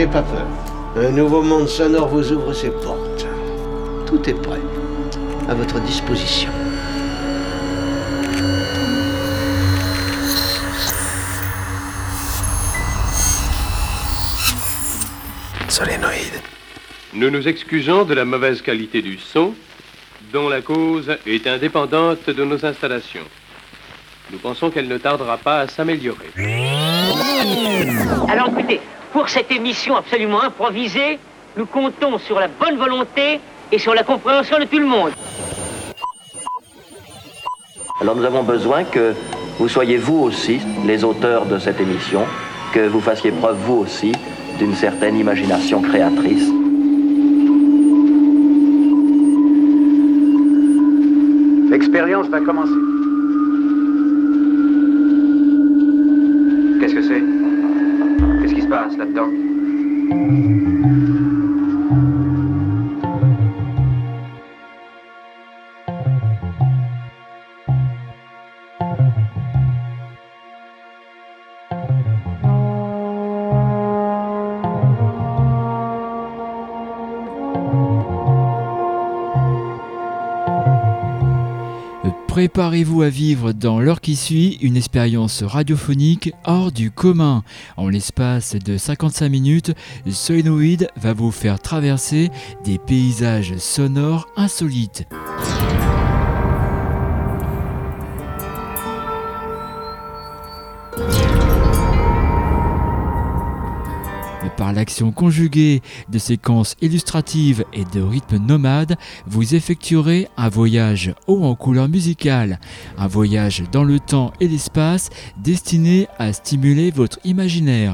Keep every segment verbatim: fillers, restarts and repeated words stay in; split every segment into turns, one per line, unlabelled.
pas peur. Un nouveau monde sonore vous ouvre ses portes. Tout est prêt, à votre disposition.
Solénoïde.
Nous nous excusons de la mauvaise qualité du son, dont la cause est indépendante de nos installations. Nous pensons qu'elle ne tardera pas à s'améliorer.
Alors écoutez, pour cette émission absolument improvisée, nous comptons sur la bonne volonté et sur la compréhension de tout le monde.
Alors nous avons besoin que vous soyez vous aussi les auteurs de cette émission, que vous fassiez preuve vous aussi d'une certaine imagination créatrice.
L'expérience va commencer. Qu'est-ce que c'est? Qu'est-ce qui se passe là-dedans?
Préparez-vous à vivre dans l'heure qui suit une expérience radiophonique hors du commun. En l'espace de cinquante-cinq minutes, Solénoïde va vous faire traverser des paysages sonores insolites. Par l'action conjuguée de séquences illustratives et de rythmes nomades, vous effectuerez un voyage haut en couleurs musicales, un voyage dans le temps et l'espace destiné à stimuler votre imaginaire.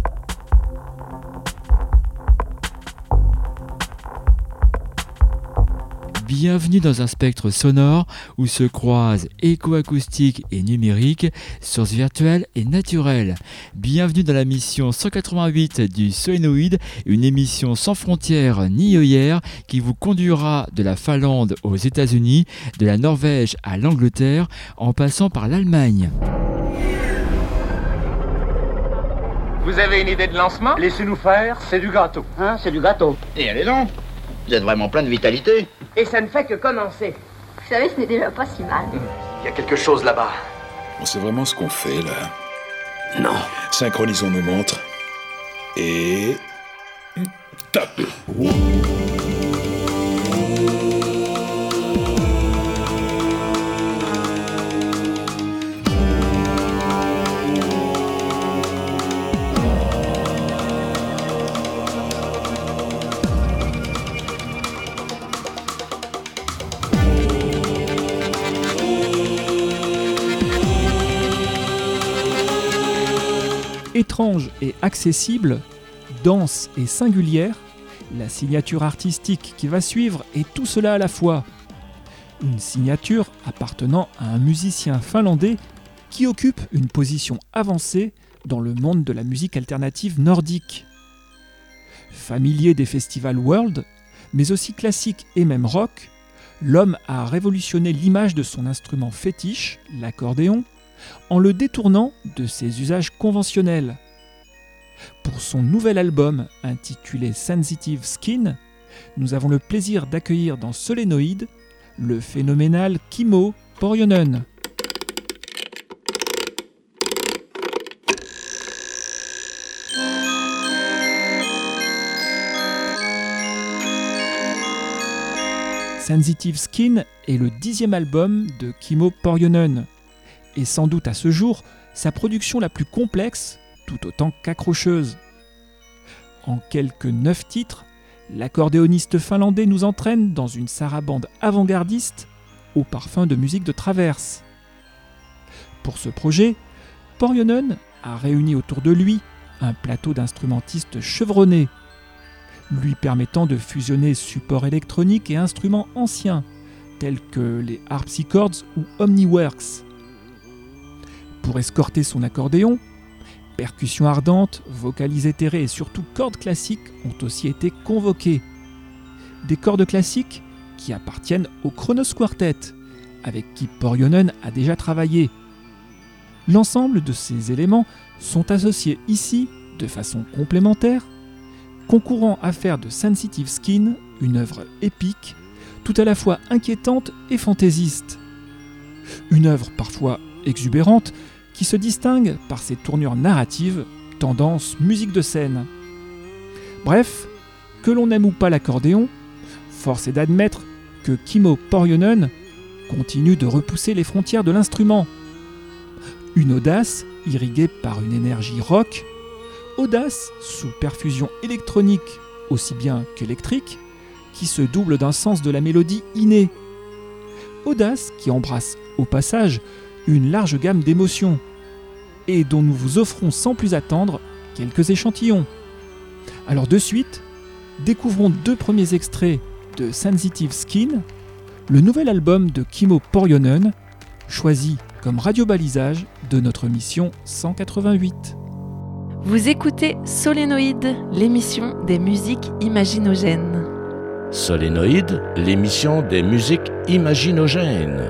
Bienvenue dans un spectre sonore où se croisent éco-acoustique et numérique, sources virtuelles et naturelles. Bienvenue dans la mission cent quatre-vingt-huit du Solénoïde, une émission sans frontières ni œillères qui vous conduira de la Finlande aux États-Unis, de la Norvège à l'Angleterre, en passant par l'Allemagne.
Vous avez une idée de lancement?
Laissez-nous faire, c'est du gâteau.
Hein, c'est du gâteau.
Et allez donc, vous êtes vraiment plein de vitalité.
Et ça ne fait que commencer.
Vous savez, ce n'est déjà pas si mal.
Il y a quelque chose là-bas.
On sait vraiment ce qu'on fait, là.
Non.
Synchronisons nos montres. Et... top.
Étrange et accessible, dense et singulière, la signature artistique qui va suivre est tout cela à la fois. Une signature appartenant à un musicien finlandais qui occupe une position avancée dans le monde de la musique alternative nordique. Familier des festivals World, mais aussi classique et même rock, l'homme a révolutionné l'image de son instrument fétiche, l'accordéon, en le détournant de ses usages conventionnels. Pour son nouvel album intitulé Sensitive Skin, nous avons le plaisir d'accueillir dans Solénoïde le phénoménal Kimmo Pohjonen. Sensitive Skin est le dixième album de Kimmo Pohjonen, et sans doute à ce jour sa production la plus complexe, tout autant qu'accrocheuse. En quelques neuf titres, l'accordéoniste finlandais nous entraîne dans une sarabande avant-gardiste au parfum de musique de traverse. Pour ce projet, Pohjonen a réuni autour de lui un plateau d'instrumentistes chevronnés, lui permettant de fusionner supports électroniques et instruments anciens, tels que les harpsichords ou Omniworks. Pour escorter son accordéon, percussions ardentes, vocalises éthérées et surtout cordes classiques ont aussi été convoquées. Des cordes classiques qui appartiennent au Kronos Quartet, avec qui Pohjonen a déjà travaillé. L'ensemble de ces éléments sont associés ici, de façon complémentaire, concourant à faire de Sensitive Skin une œuvre épique, tout à la fois inquiétante et fantaisiste. Une œuvre parfois exubérante qui se distingue par ses tournures narratives, tendance musique de scène. Bref, que l'on aime ou pas l'accordéon, force est d'admettre que Kimmo Porionen continue de repousser les frontières de l'instrument. Une audace irriguée par une énergie rock, audace sous perfusion électronique aussi bien qu'électrique, qui se double d'un sens de la mélodie inné. Audace qui embrasse au passage une large gamme d'émotions et dont nous vous offrons sans plus attendre quelques échantillons. Alors de suite, découvrons deux premiers extraits de Sensitive Skin, le nouvel album de Kimmo Porionen, choisi comme radio-balisage de notre mission cent quatre-vingt-huit.
Vous écoutez Solénoïde, l'émission des musiques imaginogènes.
Solénoïde, l'émission des musiques imaginogènes.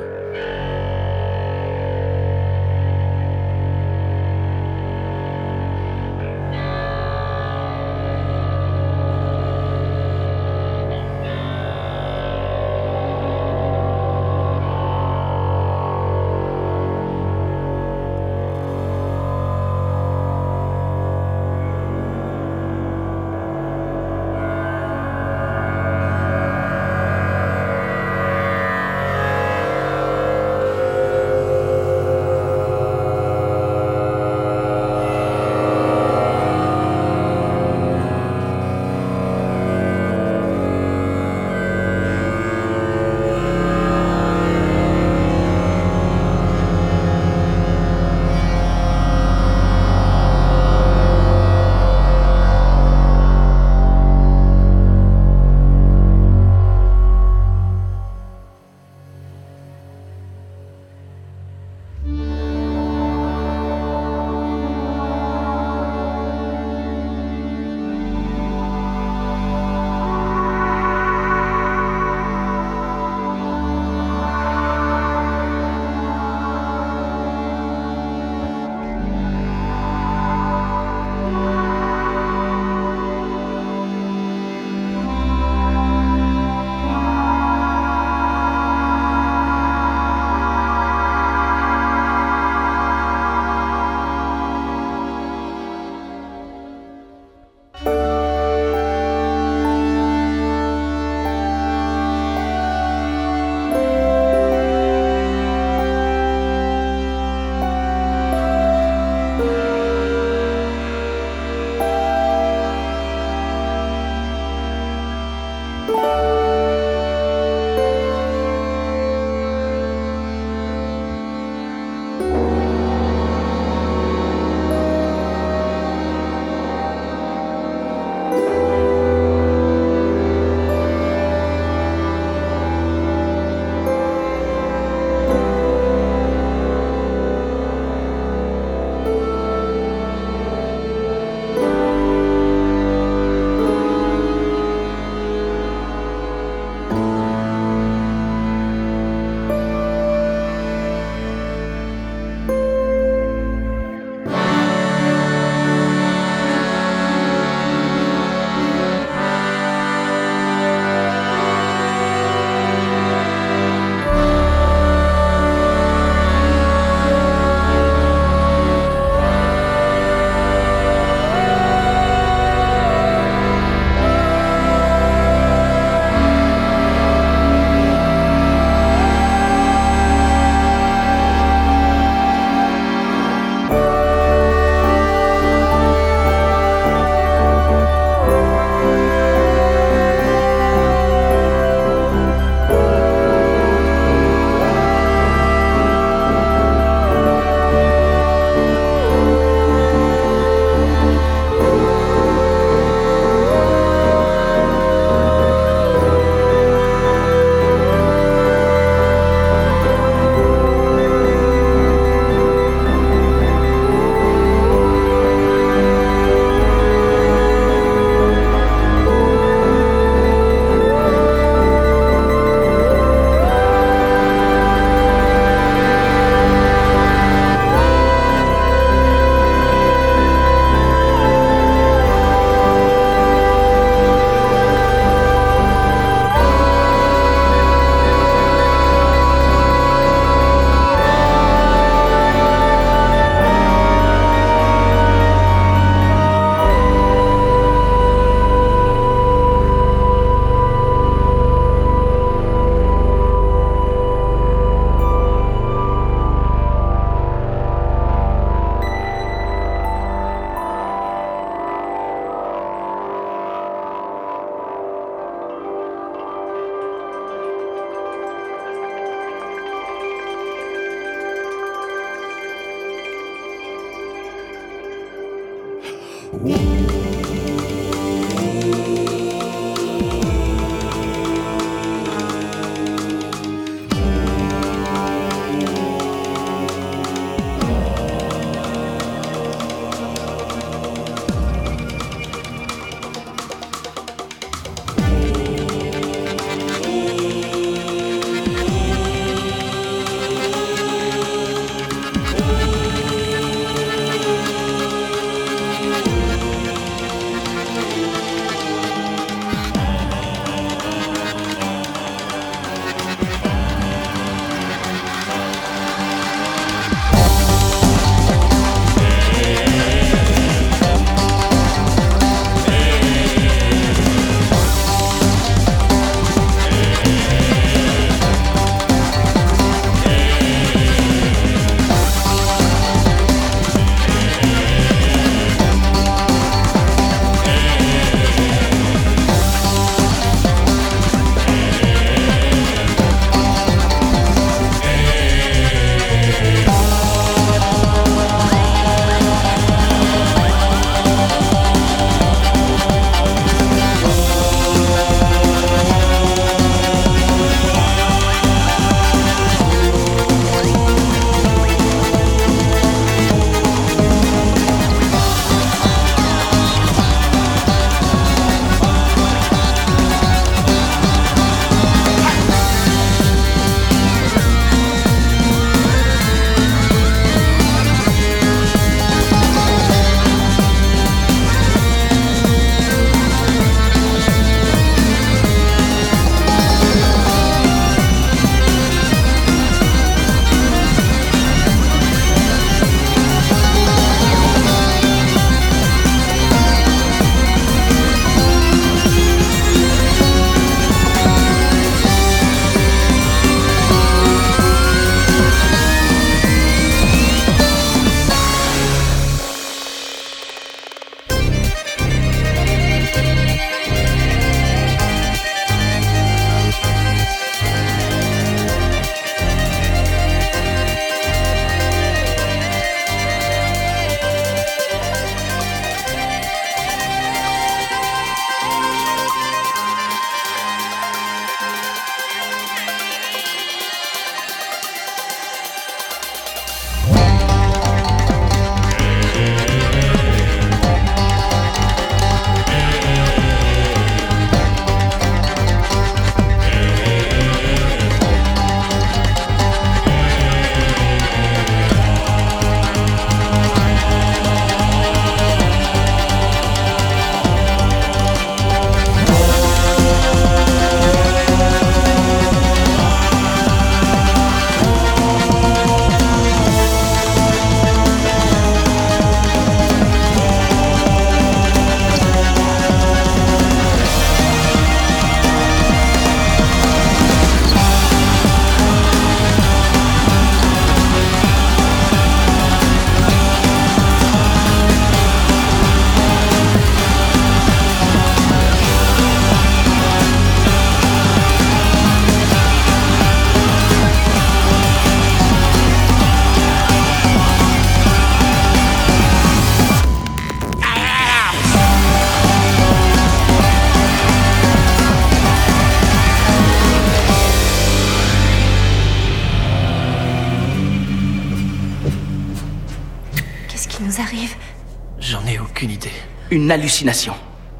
nous arrive?
J'en ai aucune idée. Une hallucination.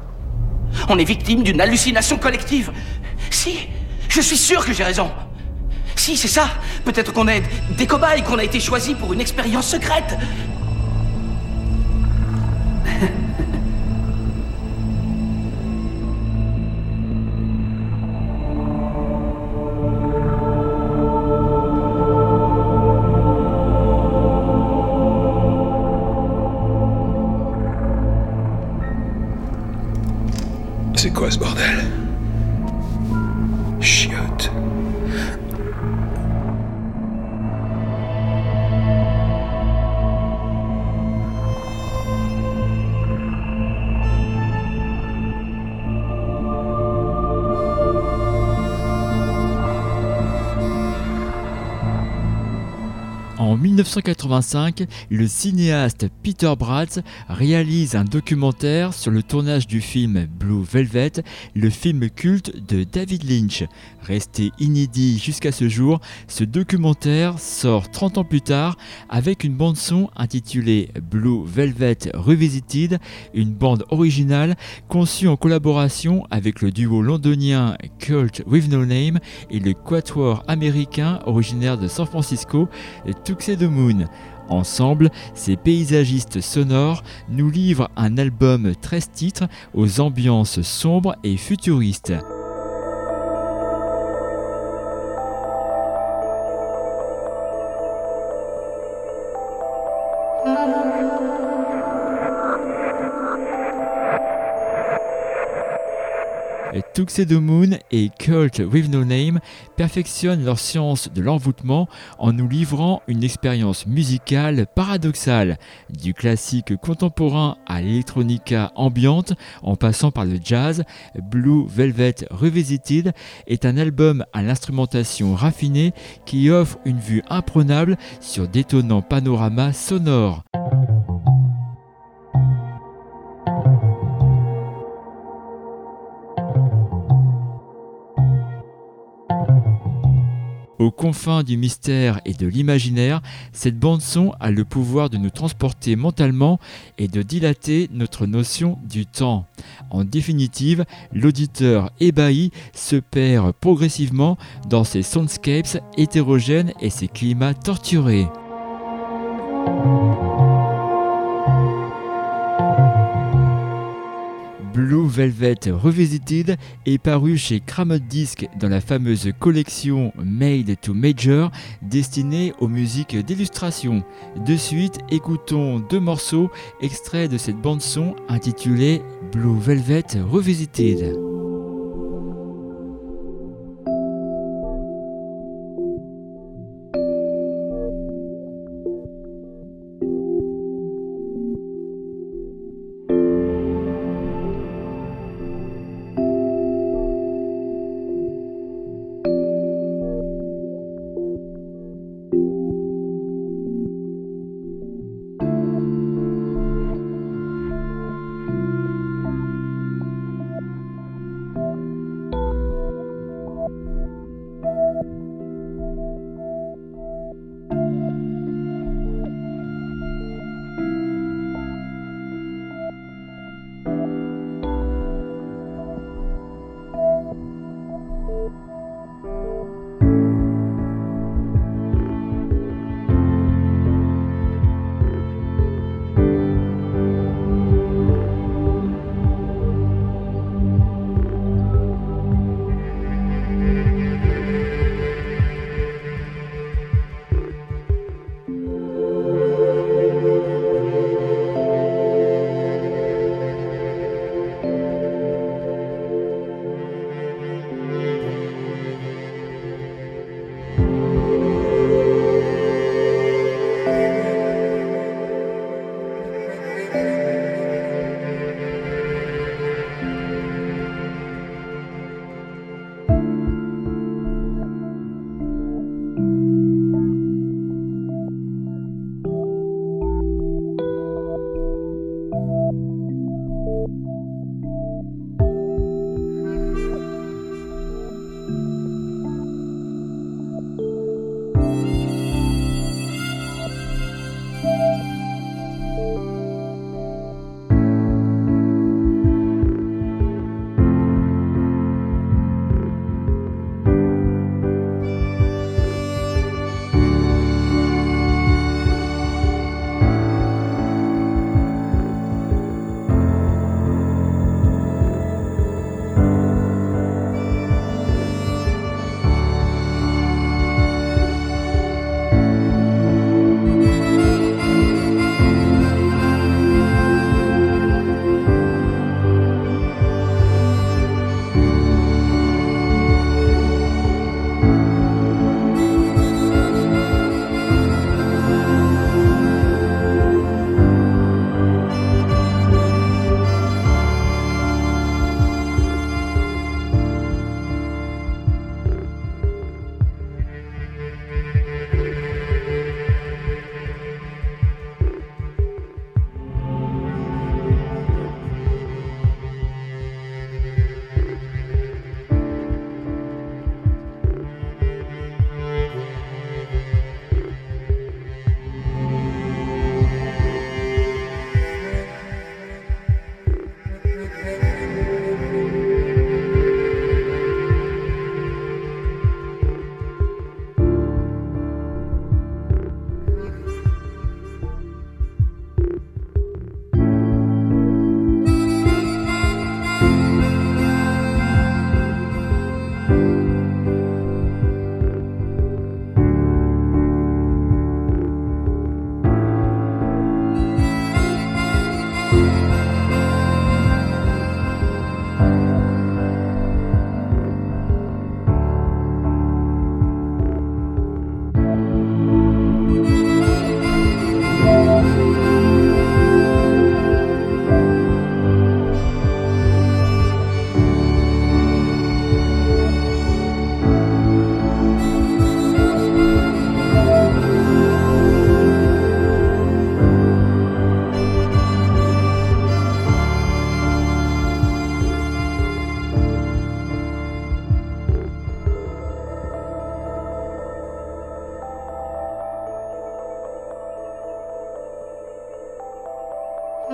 On est victime d'une hallucination collective. Si, je suis sûr que j'ai raison. Si, c'est ça. Peut-être qu'on est des cobayes, qu'on a été choisis pour une expérience secrète.
C'est quoi ce bordel? Chiotte.
En mille neuf dix-neuf cent quatre-vingt-cinq, le cinéaste Peter Bratz réalise un documentaire sur le tournage du film Blue Velvet, le film culte de David Lynch. Resté inédit jusqu'à ce jour, ce documentaire sort trente ans plus tard avec une bande-son intitulée Blue Velvet Revisited, une bande originale conçue en collaboration avec le duo londonien Cult With No Name et le quatuor américain originaire de San Francisco, Tuxedo Moon. Ensemble, ces paysagistes sonores nous livrent un album treize titres aux ambiances sombres et futuristes. Tuxedo Moon et Cult With No Name perfectionnent leur science de l'envoûtement en nous livrant une expérience musicale paradoxale, du classique contemporain à l'électronica ambiante en passant par le jazz. Blue Velvet Revisited est un album à l'instrumentation raffinée qui offre une vue imprenable sur d'étonnants panoramas sonores. Aux confins du mystère et de l'imaginaire, cette bande-son a le pouvoir de nous transporter mentalement et de dilater notre notion du temps. En définitive, l'auditeur ébahi se perd progressivement dans ces soundscapes hétérogènes et ces climats torturés. Blue Velvet Revisited est paru chez Crammed Disc dans la fameuse collection Made to Major destinée aux musiques d'illustration. De suite, écoutons deux morceaux extraits de cette bande-son intitulée Blue Velvet Revisited.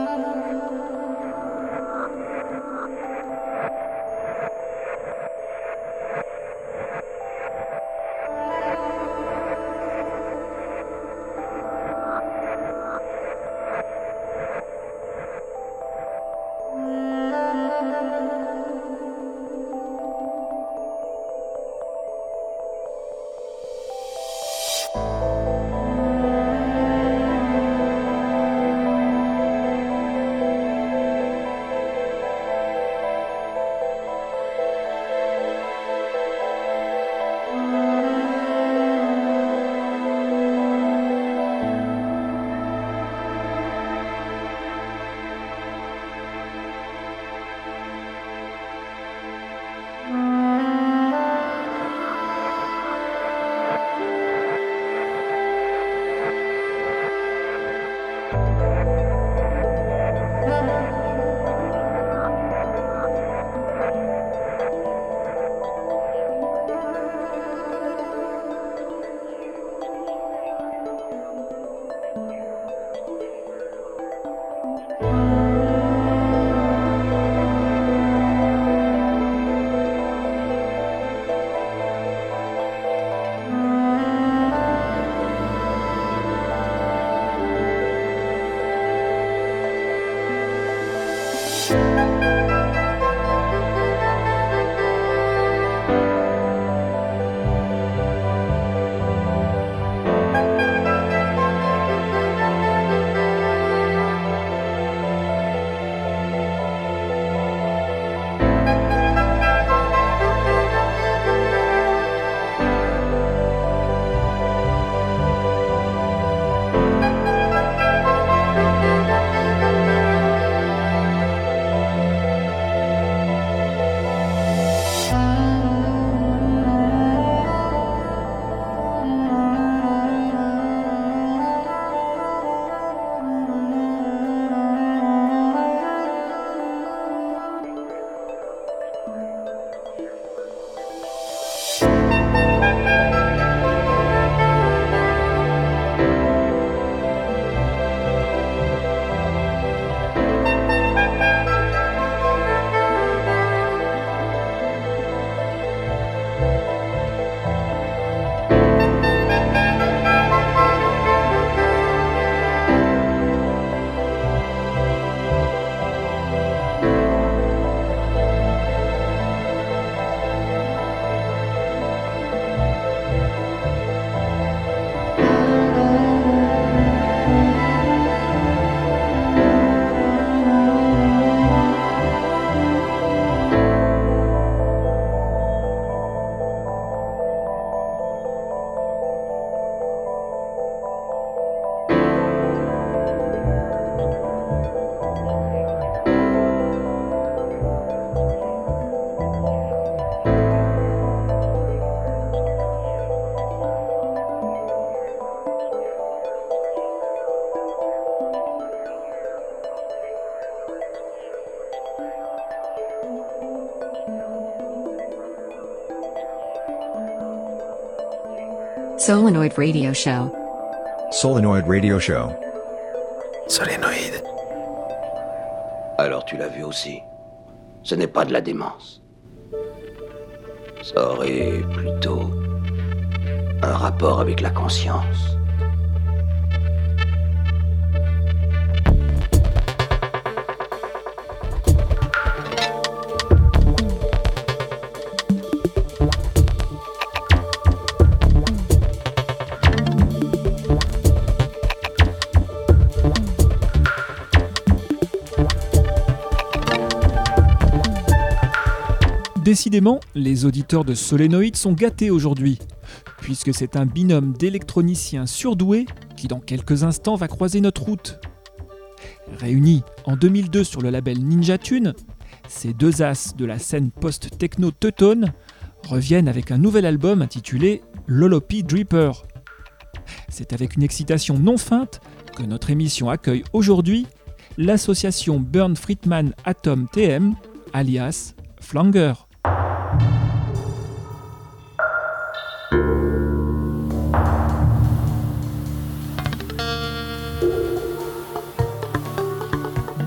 Solenoid Radio Show.
Solenoid Radio Show.
Solénoïde.
Alors tu l'as vu aussi. Ce n'est pas de la démence. Ça aurait plutôt un rapport avec la conscience.
Décidément, les auditeurs de Solénoïde sont gâtés aujourd'hui, puisque c'est un binôme d'électroniciens surdoués qui dans quelques instants va croiser notre route. Réunis en deux mille deux sur le label Ninja Tune, ces deux as de la scène post-techno teutone reviennent avec un nouvel album intitulé Lolopi Dripper. C'est avec une excitation non feinte que notre émission accueille aujourd'hui l'association Burn Friedman Atom T M, alias Flanger.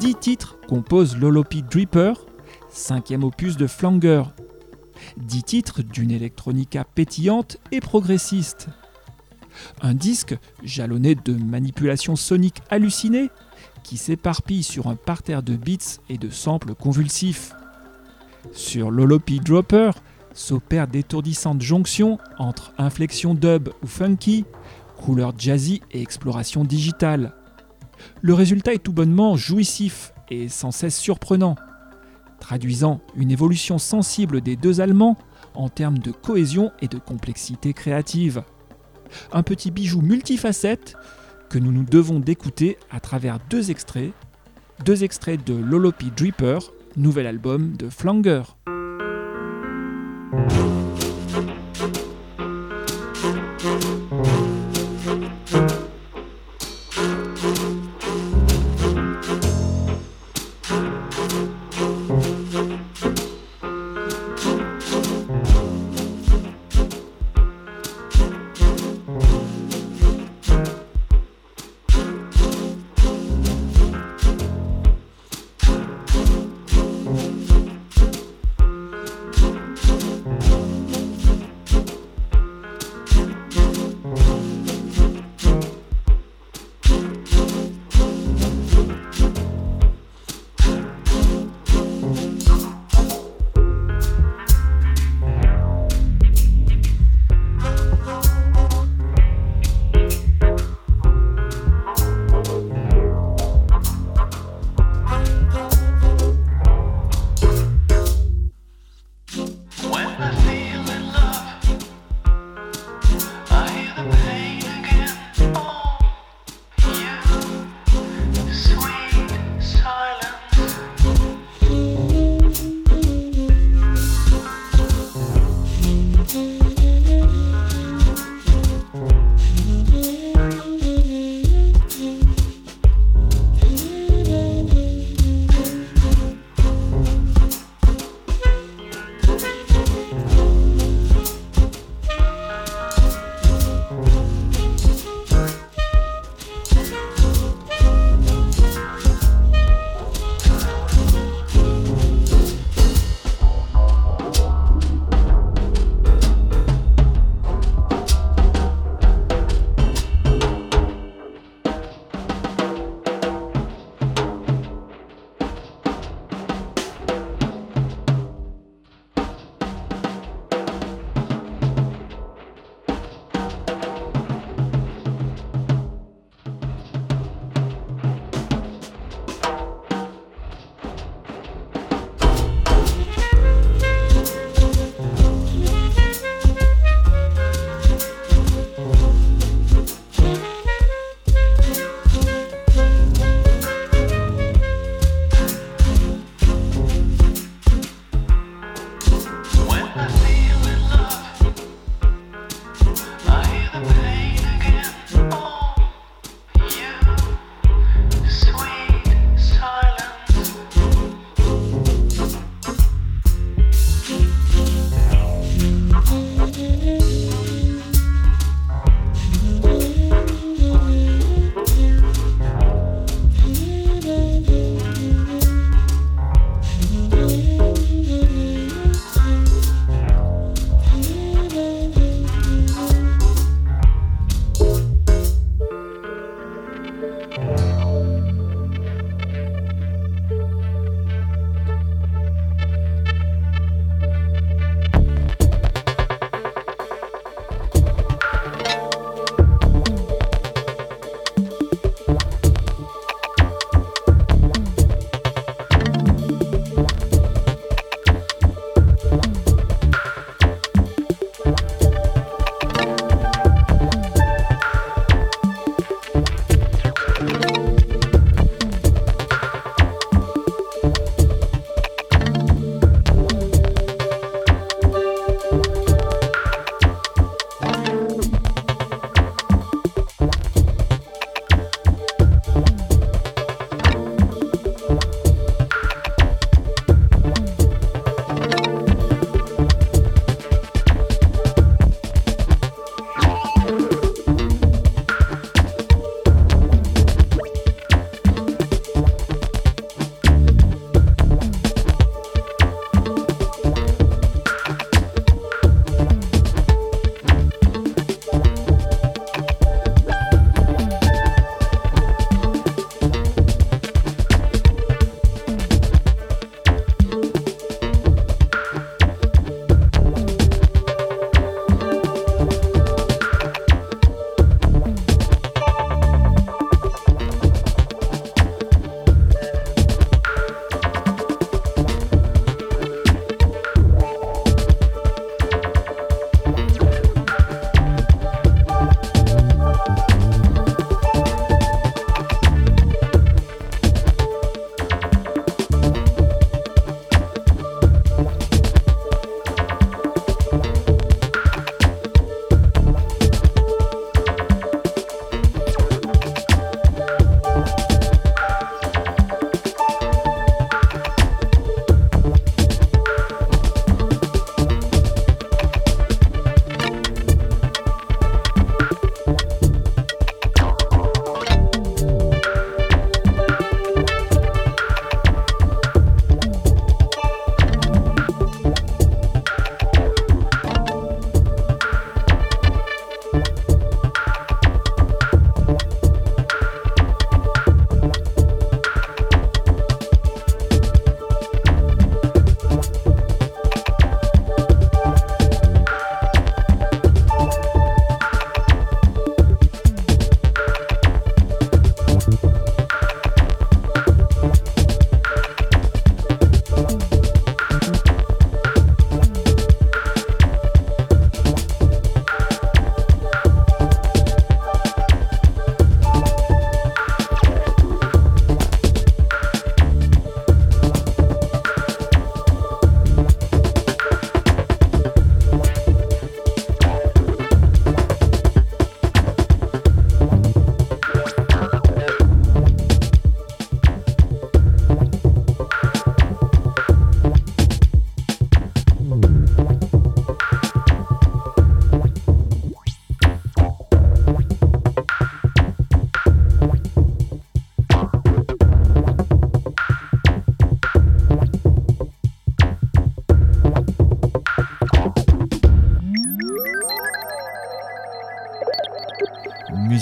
Dix titres composent l'Holopi Dripper, cinquième opus de Flanger. Dix titres d'une électronica pétillante et progressiste. Un disque jalonné de manipulations soniques hallucinées qui s'éparpillent sur un parterre de beats et de samples convulsifs. Sur l'Holopi Dropper s'opèrent d'étourdissantes jonctions entre inflexions dub ou funky, couleurs jazzy et exploration digitale. Le résultat est tout bonnement jouissif et sans cesse surprenant, traduisant une évolution sensible des deux Allemands en termes de cohésion et de complexité créative. Un petit bijou multifacette que nous nous devons d'écouter à travers deux extraits, deux extraits de l'Holopi Dripper, nouvel album de Flanger.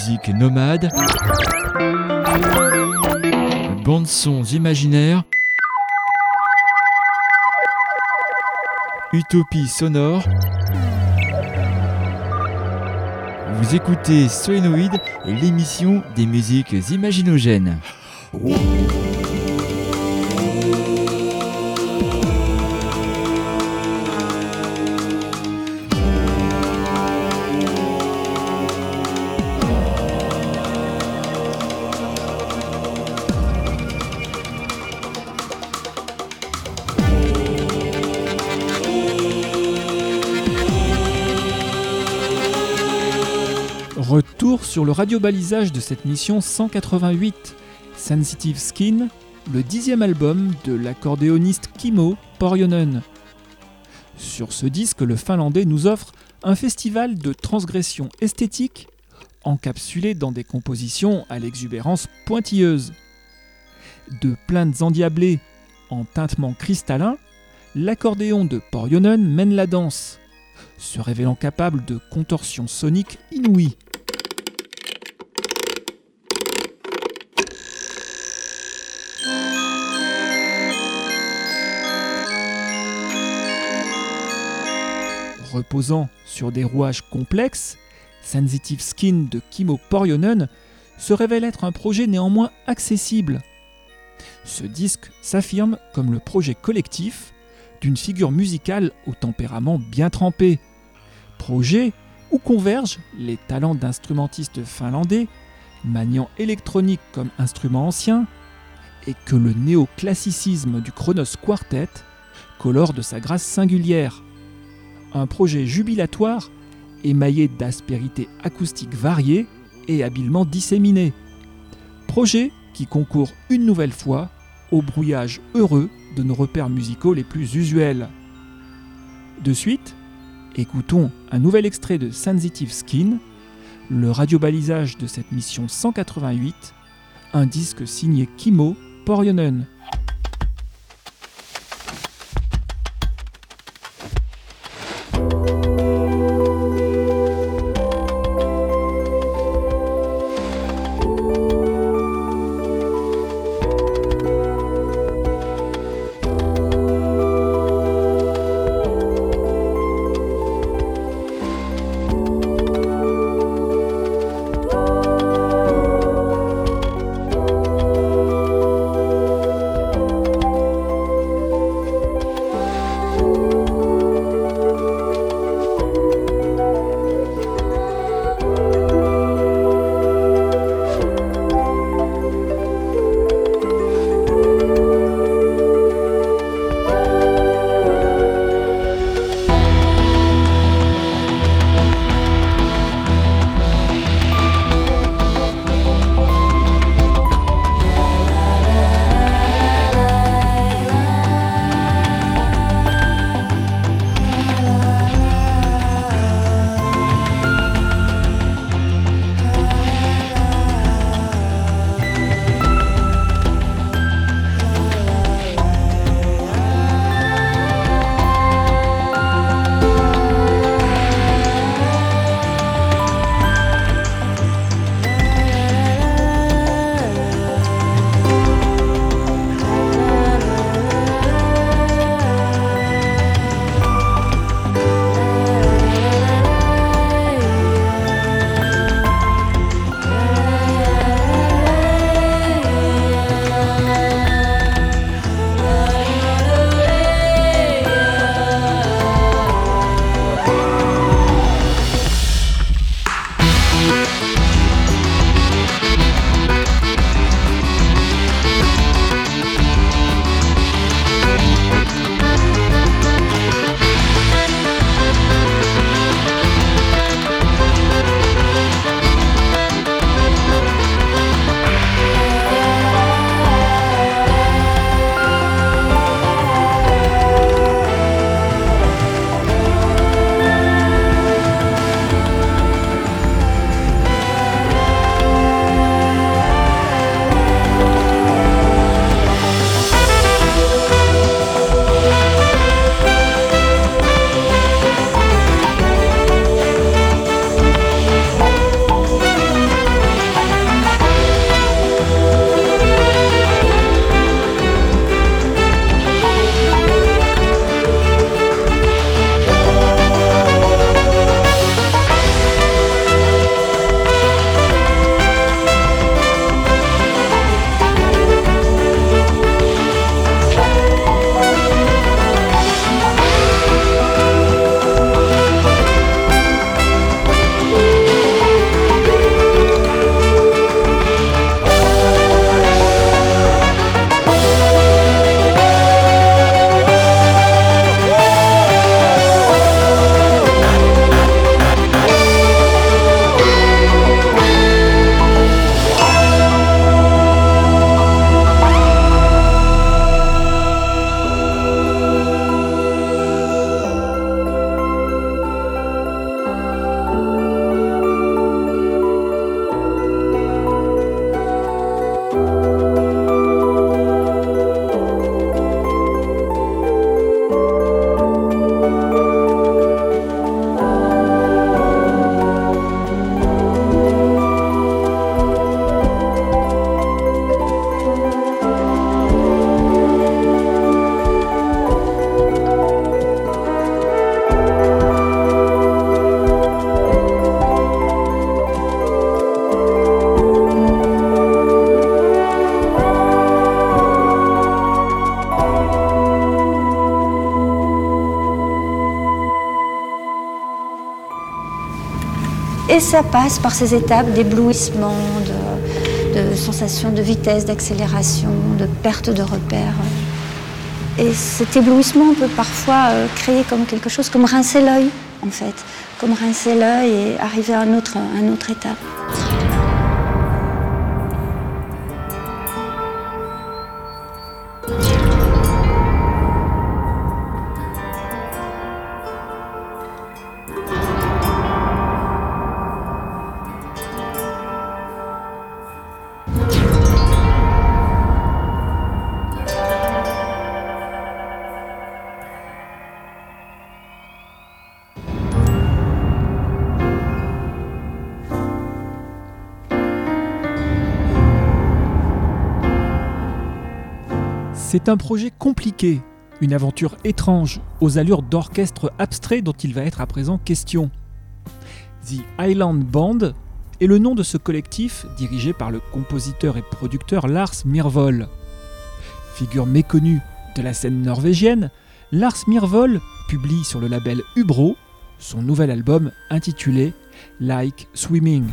musique nomade, bandes sons imaginaires, utopie sonore. Vous écoutez Solénoïde et l'émission des musiques imaginogènes.
Retour sur le radiobalisage de cette mission cent quatre-vingt-huit, Sensitive Skin, le dixième album de l'accordéoniste Kimmo Porjonen. Sur ce disque, le Finlandais nous offre un festival de transgression esthétique encapsulé dans des compositions à l'exubérance pointilleuse. De plaintes endiablées en tintement cristallin, l'accordéon de Porjonen mène la danse, se révélant capable de contorsions soniques inouïes. Reposant sur des rouages complexes, Sensitive Skin de Kimmo Porjonen se révèle être un projet néanmoins accessible. Ce disque s'affirme comme le projet collectif d'une figure musicale au tempérament bien trempé. Projet où convergent les talents d'instrumentistes finlandais, maniant électronique comme instrument ancien, et que le néoclassicisme du Kronos Quartet colore de sa grâce singulière. Un projet jubilatoire émaillé d'aspérités acoustiques variées et habilement disséminées. Projet qui concourt une nouvelle fois au brouillage heureux de nos repères musicaux les plus usuels. De suite, écoutons un nouvel extrait de Sensitive Skin, le radiobalisage de cette mission cent quatre-vingt-huit, un disque signé Kimmo Porjonen.
ça passe par ces étapes d'éblouissement, de, de sensation de vitesse, d'accélération, de perte de repères. Et cet éblouissement peut parfois euh, créer comme quelque chose, comme rincer l'œil, en fait. Comme rincer l'œil et arriver à une autre, à une autre étape.
C'est un projet compliqué, une aventure étrange, aux allures d'orchestre abstrait dont il va être à présent question. The Island Band est le nom de ce collectif dirigé par le compositeur et producteur Lars Myhrvold. Figure méconnue de la scène norvégienne, Lars Myhrvold publie sur le label Hubro son nouvel album intitulé Like Swimming.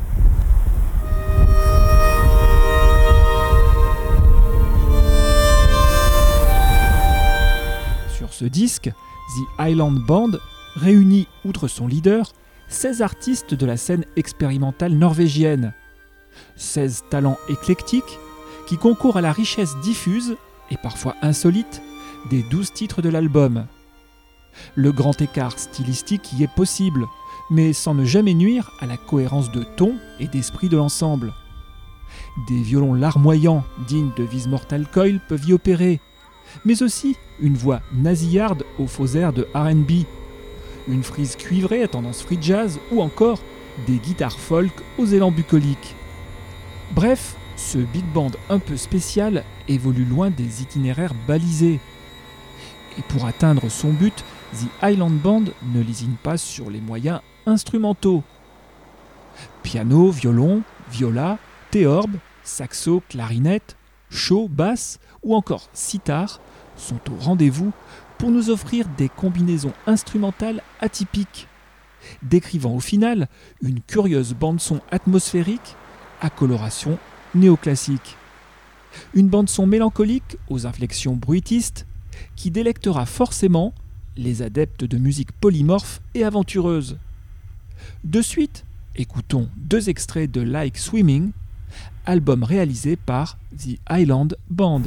Ce disque, The Island Band, réunit, outre son leader, seize artistes de la scène expérimentale norvégienne. seize talents éclectiques qui concourent à la richesse diffuse, et parfois insolite, des douze titres de l'album. Le grand écart stylistique y est possible, mais sans ne jamais nuire à la cohérence de ton et d'esprit de l'ensemble. Des violons larmoyants dignes de Viz Mortal Coil peuvent y opérer, mais aussi une voix nasillarde aux faux airs de R and B, une frise cuivrée à tendance free jazz ou encore des guitares folk aux élans bucoliques. Bref, ce big band un peu spécial évolue loin des itinéraires balisés. Et pour atteindre son but, The Island Band ne lésine pas sur les moyens instrumentaux. Piano, violon, viola, théorbe, saxo, clarinette, chant, basse ou encore sitar sont au rendez-vous pour nous offrir des combinaisons instrumentales atypiques, décrivant au final une curieuse bande-son atmosphérique à coloration néoclassique. Une bande-son mélancolique aux inflexions bruitistes qui délectera forcément les adeptes de musique polymorphe et aventureuse. De suite, écoutons deux extraits de Like Swimming, album réalisé par The Island Band.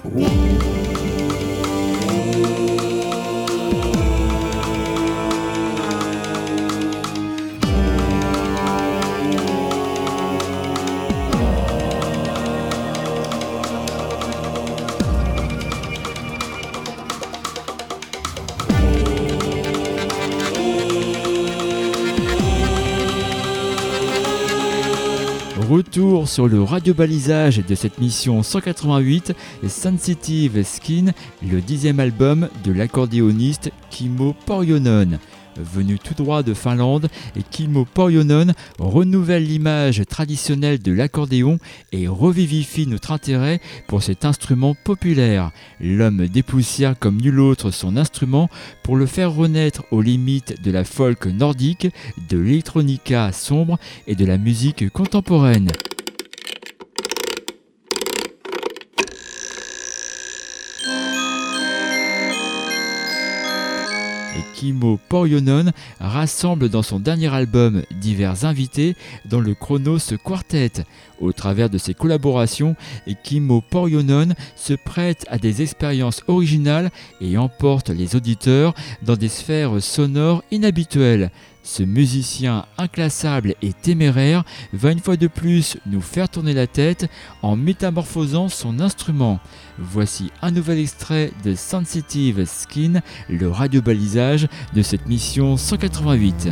Retour sur le radiobalisage de cette mission cent quatre-vingt-huit, Sensitive Skin, le dixième album de l'accordéoniste Kimmo Porionon. Venu tout droit de Finlande, Kimmo Porionon renouvelle l'image traditionnelle de l'accordéon et revivifie notre intérêt pour cet instrument populaire. L'homme dépoussière comme nul autre son instrument pour le faire renaître aux limites de la folk nordique, de l'électronica sombre et de la musique contemporaine. Kimmo Porionon rassemble dans son dernier album divers invités dans le Kronos Quartet. Au travers de ses collaborations, Kimmo Porionon se prête à des expériences originales et emporte les auditeurs dans des sphères sonores inhabituelles. Ce musicien inclassable et téméraire va une fois de plus nous faire tourner la tête en métamorphosant son instrument. Voici un nouvel extrait de Sensitive Skin, le radiobalisage de cette mission cent quatre-vingt-huit.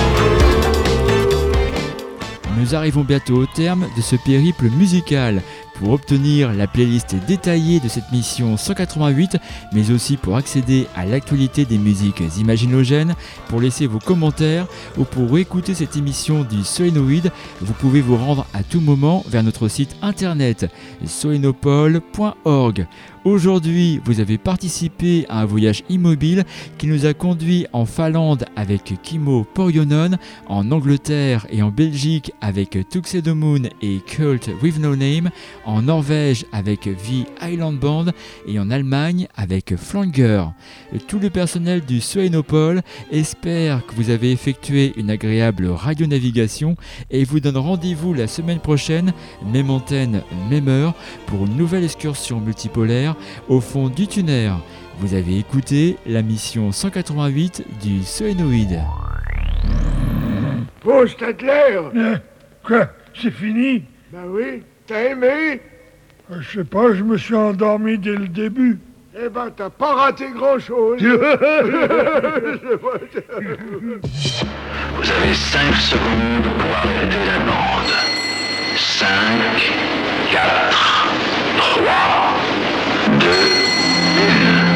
Nous arrivons bientôt au terme de ce périple musical. Pour obtenir la playlist détaillée de cette mission cent quatre-vingt-huit, mais aussi pour accéder à l'actualité des musiques imaginogènes, pour laisser vos commentaires ou pour écouter cette émission du Solénoïde, vous pouvez vous rendre à tout moment vers notre site internet solénopole point org. Aujourd'hui, vous avez participé à un voyage immobile qui nous a conduit en Finlande avec Kimmo Pohjonen, en Angleterre et en Belgique avec Tuxedo et Cult With No Name, en Norvège avec The Island Band et en Allemagne avec Flanger. Tout le personnel du Solénopole espère que vous avez effectué une agréable radionavigation et vous donne rendez-vous la semaine prochaine, même antenne, même heure, pour une nouvelle excursion multipolaire au fond du tunnel. Vous avez écouté la mission cent quatre-vingt-huit du Solénoïde.
Oh, Stadler
euh, Quoi? C'est fini?
Ben oui, t'as aimé?
euh, Je sais pas, je me suis endormi dès le début.
Eh ben, t'as pas raté grand-chose.
Vous avez cinq secondes pour arrêter la bande. cinq, quatre, trois, deux, un.